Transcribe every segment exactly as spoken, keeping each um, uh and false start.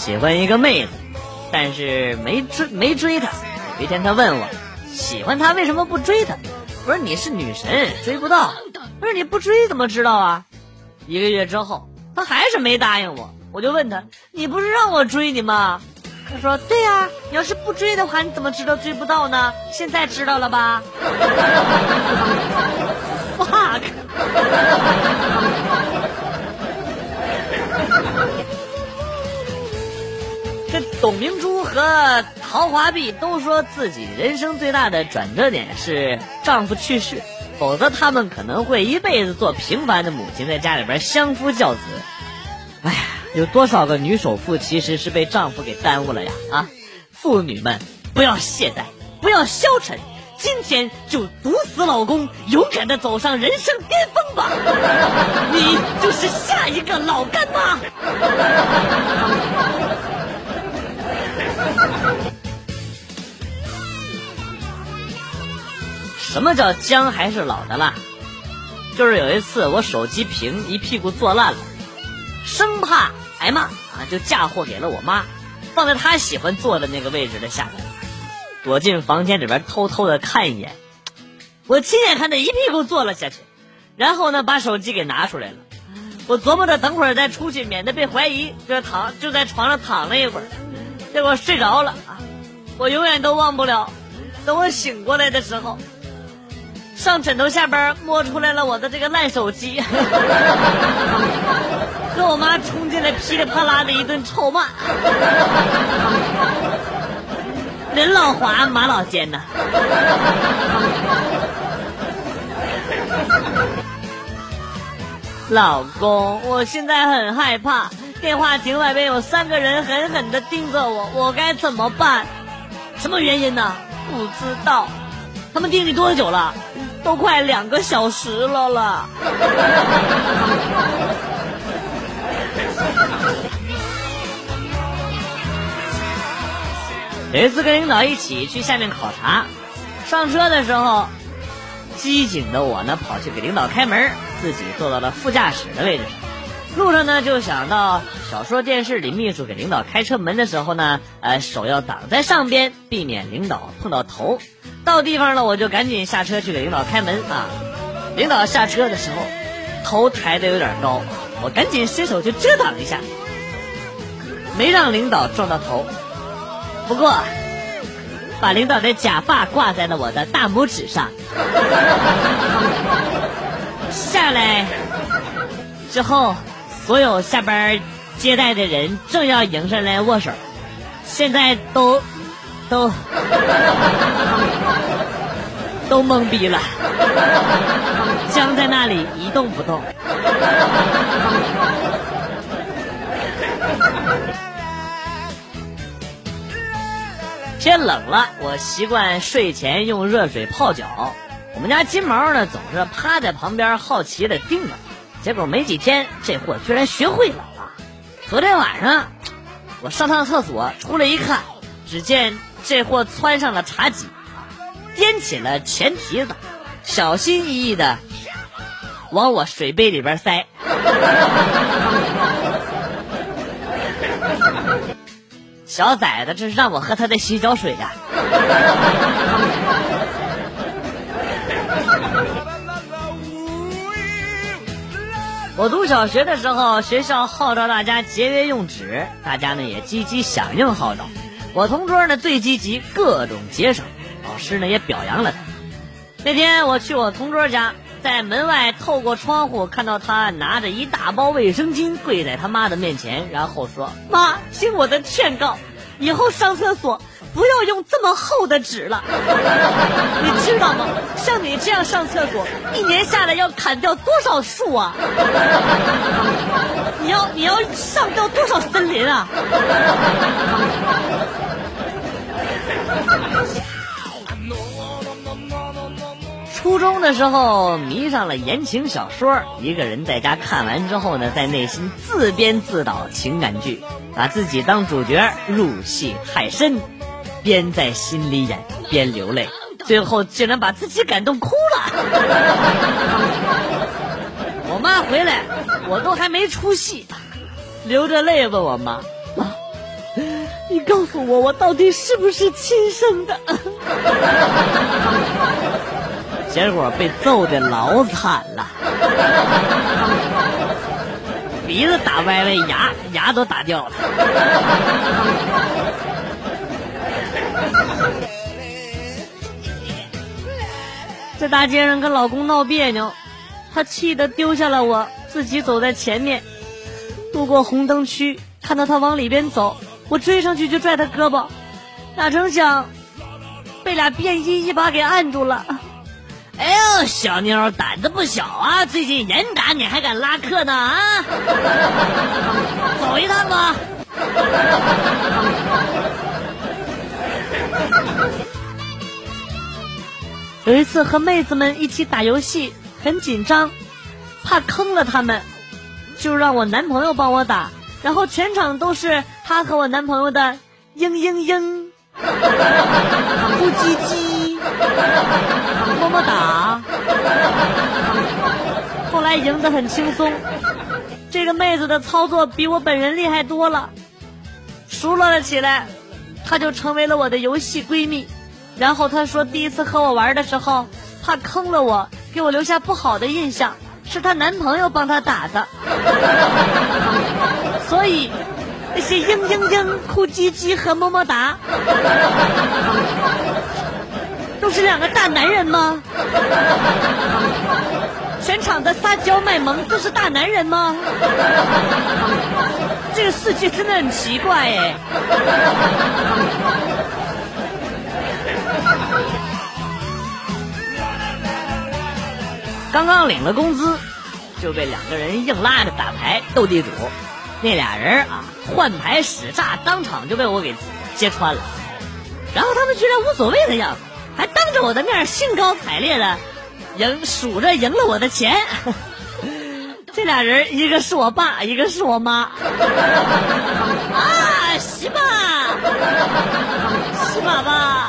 喜欢一个妹子，但是没追没追她。有一天他问我喜欢她为什么不追她，我说你是女神追不到。我说你不追怎么知道啊？一个月之后他还是没答应我，我就问他你不是让我追你吗？他说对呀、啊，你要是不追的话你怎么知道追不到呢？现在知道了吧fuck 这董明珠和陶华碧都说自己人生最大的转折点是丈夫去世，否则他们可能会一辈子做平凡的母亲，在家里边相夫教子。哎呀，有多少个女首富其实是被丈夫给耽误了呀？啊，妇女们不要懈怠，不要消沉，今天就毒死老公，勇敢的走上人生巅峰吧！你就是下一个老干妈。什么叫姜还是老的辣？就是有一次我手机屏一屁股坐烂了，生怕挨骂啊，就嫁祸给了我妈，放在她喜欢坐的那个位置的下面，躲进房间里边偷偷的看一眼。我亲眼看她一屁股坐了下去，然后呢把手机给拿出来了。我琢磨着等会儿再出去，免得被怀疑，就躺就在床上躺了一会儿，结果睡着了啊！我永远都忘不了，等我醒过来的时候，上枕头下边摸出来了我的这个烂手机，和我妈冲进来噼里啪啦的一顿臭骂。人老滑马老尖呐。老公，我现在很害怕，电话亭外边有三个人狠狠地盯着我，我该怎么办？什么原因呢？不知道。他们盯你多久了？都快两个小时了啦。有一次跟领导一起去下面考察，上车的时候，机警的我呢跑去给领导开门，自己坐到了副驾驶的位置上。路上呢就想到小说电视里秘书给领导开车门的时候呢，呃，手要挡在上边，避免领导碰到头。到地方了，我就赶紧下车去给领导开门啊。领导下车的时候，头抬得有点高，我赶紧伸手去遮挡一下，没让领导撞到头。不过，把领导的假发挂在了我的大拇指上。下来之后，所有下班接待的人正要迎上来握手，现在都都都懵逼了，僵在那里一动不动。天冷了，我习惯睡前用热水泡脚。我们家金毛呢，总是趴在旁边好奇的盯着。结果没几天，这货居然学会了啊！昨天晚上，我上趟厕所出来一看，只见这货窜上了茶几，掂起了前提子，小心翼翼的往我水杯里边塞。小崽子，这是让我喝他的洗脚水呀、啊！我读小学的时候，学校号召大家节约用纸，大家呢也积极响应号召。我同桌呢最积极，各种节省，老师呢也表扬了他。那天我去我同桌家，在门外透过窗户看到他拿着一大包卫生巾跪在他妈的面前，然后说：“妈，听我的劝告，以后上厕所不要用这么厚的纸了。你知道吗？像你这样上厕所，一年下来要砍掉多少树啊？你要你要上掉多少森林啊？”初中的时候迷上了言情小说，一个人在家看完之后呢，在内心自编自导情感剧，把自己当主角，入戏太深，边在心里演边流泪，最后竟然把自己感动哭了。我妈回来，我都还没出戏，流着泪问我妈：“妈， 告诉我，我到底是不是亲生的？结果被揍得老惨了，鼻子打歪歪，牙牙都打掉了。在大街上跟老公闹别扭，他气得丢下了我，自己走在前面。路过红灯区，看到他往里边走，我追上去就拽他胳膊，哪成想被俩便衣一把给按住了。哎呦，小妞胆子不小啊，最近严打你还敢拉客呢啊！走一趟吧。有一次和妹子们一起打游戏，很紧张，怕坑了他们，就让我男朋友帮我打，然后全场都是他和我男朋友的嘤嘤嘤、呼叽叽、么么哒。后来赢得很轻松，这个妹子的操作比我本人厉害多了，熟络了起来，她就成为了我的游戏闺蜜。然后她说第一次和我玩的时候怕坑了我，给我留下不好的印象，是她男朋友帮她打的。所以那些嘤嘤嘤、哭唧唧和么么哒都是两个大男人吗？全场的撒娇卖萌都是大男人吗？这个世界真的很奇怪哎。刚刚领了工资，就被两个人硬拉着打牌斗地主，那俩人啊换牌使诈，当场就被我给揭穿了。然后他们居然无所谓的样子，还当着我的面兴高采烈的赢数着赢了我的钱。这俩人一个是我爸，一个是我妈。啊，西爸，西爸爸。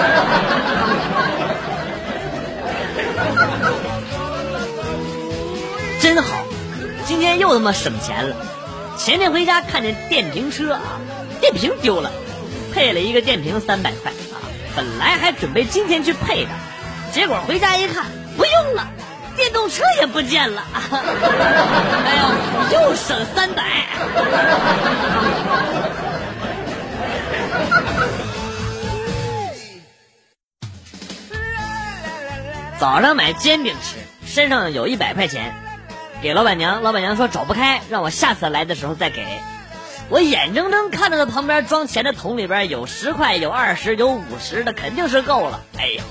真好，今天又他妈省钱了。前天回家看见电瓶车啊，电瓶丢了，配了一个电瓶三百块啊，本来还准备今天去配的，结果回家一看不用了，电动车也不见了。哎呀，又省三百。早上买煎饼吃，身上有一百块钱，给老板娘，老板娘说找不开，让我下次来的时候再给。我眼睁睁看着他旁边装钱的桶里边有十块，有二十，有五十的，肯定是够了。哎呀，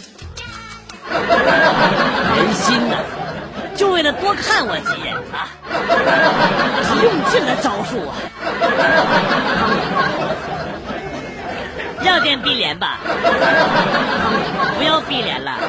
人心呐、啊，就为了多看我几眼啊，是用尽了招数啊。要点闭脸吧，不要闭脸了。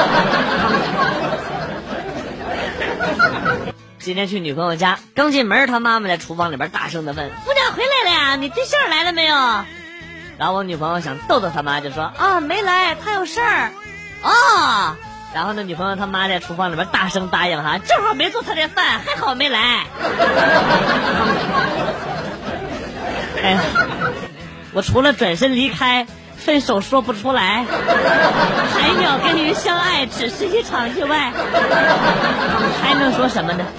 今天去女朋友家，刚进门，她妈妈在厨房里边大声的问：“姑娘回来了呀，你对象来了没有？”然后我女朋友想逗逗她妈，就说：“啊，没来，她有事儿。”哦，然后那女朋友她妈在厨房里边大声答应哈，正好没做她的饭，还好没来。哎呀，我除了转身离开，分手说不出来，海鸟跟鱼相爱只是一场意外，还能说什么呢？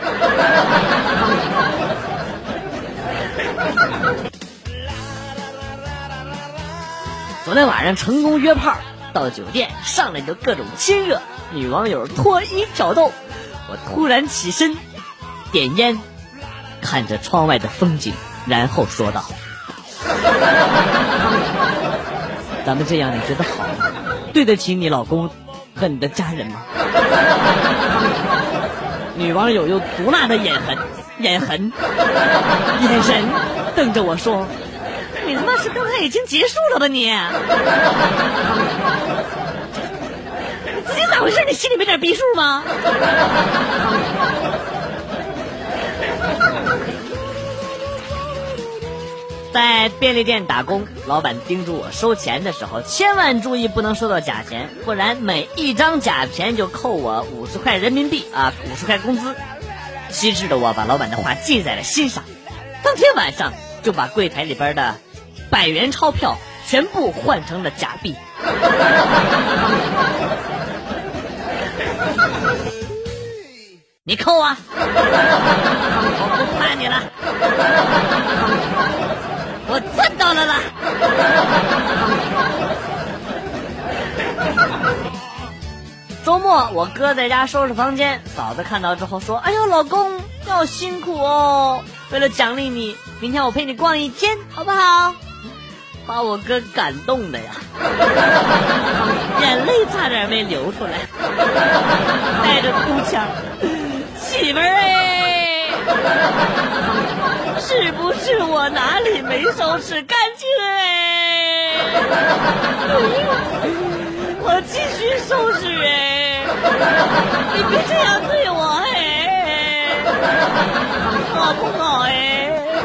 昨天晚上成功约炮，到酒店上来就各种亲热，女网友脱衣挑逗，我突然起身点烟，看着窗外的风景，然后说道：“咱们这样你觉得好吗？对得起你老公和你的家人吗？”女网友用毒辣的眼痕眼痕眼神瞪着我说：“你他妈是刚才已经结束了吧你？你自己咋回事？你心里没点逼数吗？”在便利店打工，老板叮嘱我收钱的时候千万注意不能收到假钱，不然每一张假钱就扣我五十块人民币啊，五十块工资。机智的我把老板的话记在了心上，当天晚上就把柜台里边的百元钞票全部换成了假币。你扣啊！我不怕你了，我赚到了啦！周末我哥在家收拾房间，嫂子看到之后说：“哎呦，老公，你好辛苦哦！为了奖励你，明天我陪你逛一天，好不好？”把我哥感动的呀，眼泪差点没流出来，带着哭腔：“媳妇儿哎，是不是我哪里没收拾干净哎？我继续收拾哎，你别这样对我哎，好不好哎？”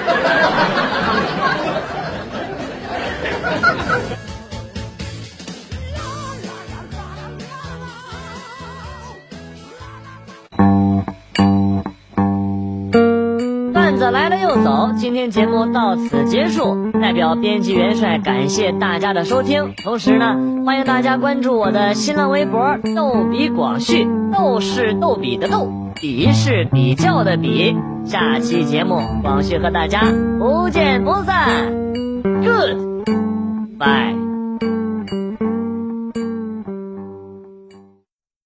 段子来了又走，今天节目到此结束，代表编辑元帅感谢大家的收听，同时呢，欢迎大家关注我的新浪微博逗比广旭，逗是逗比的逗，比是比较的比。下期节目广旭和大家不见不散。 Goodbye。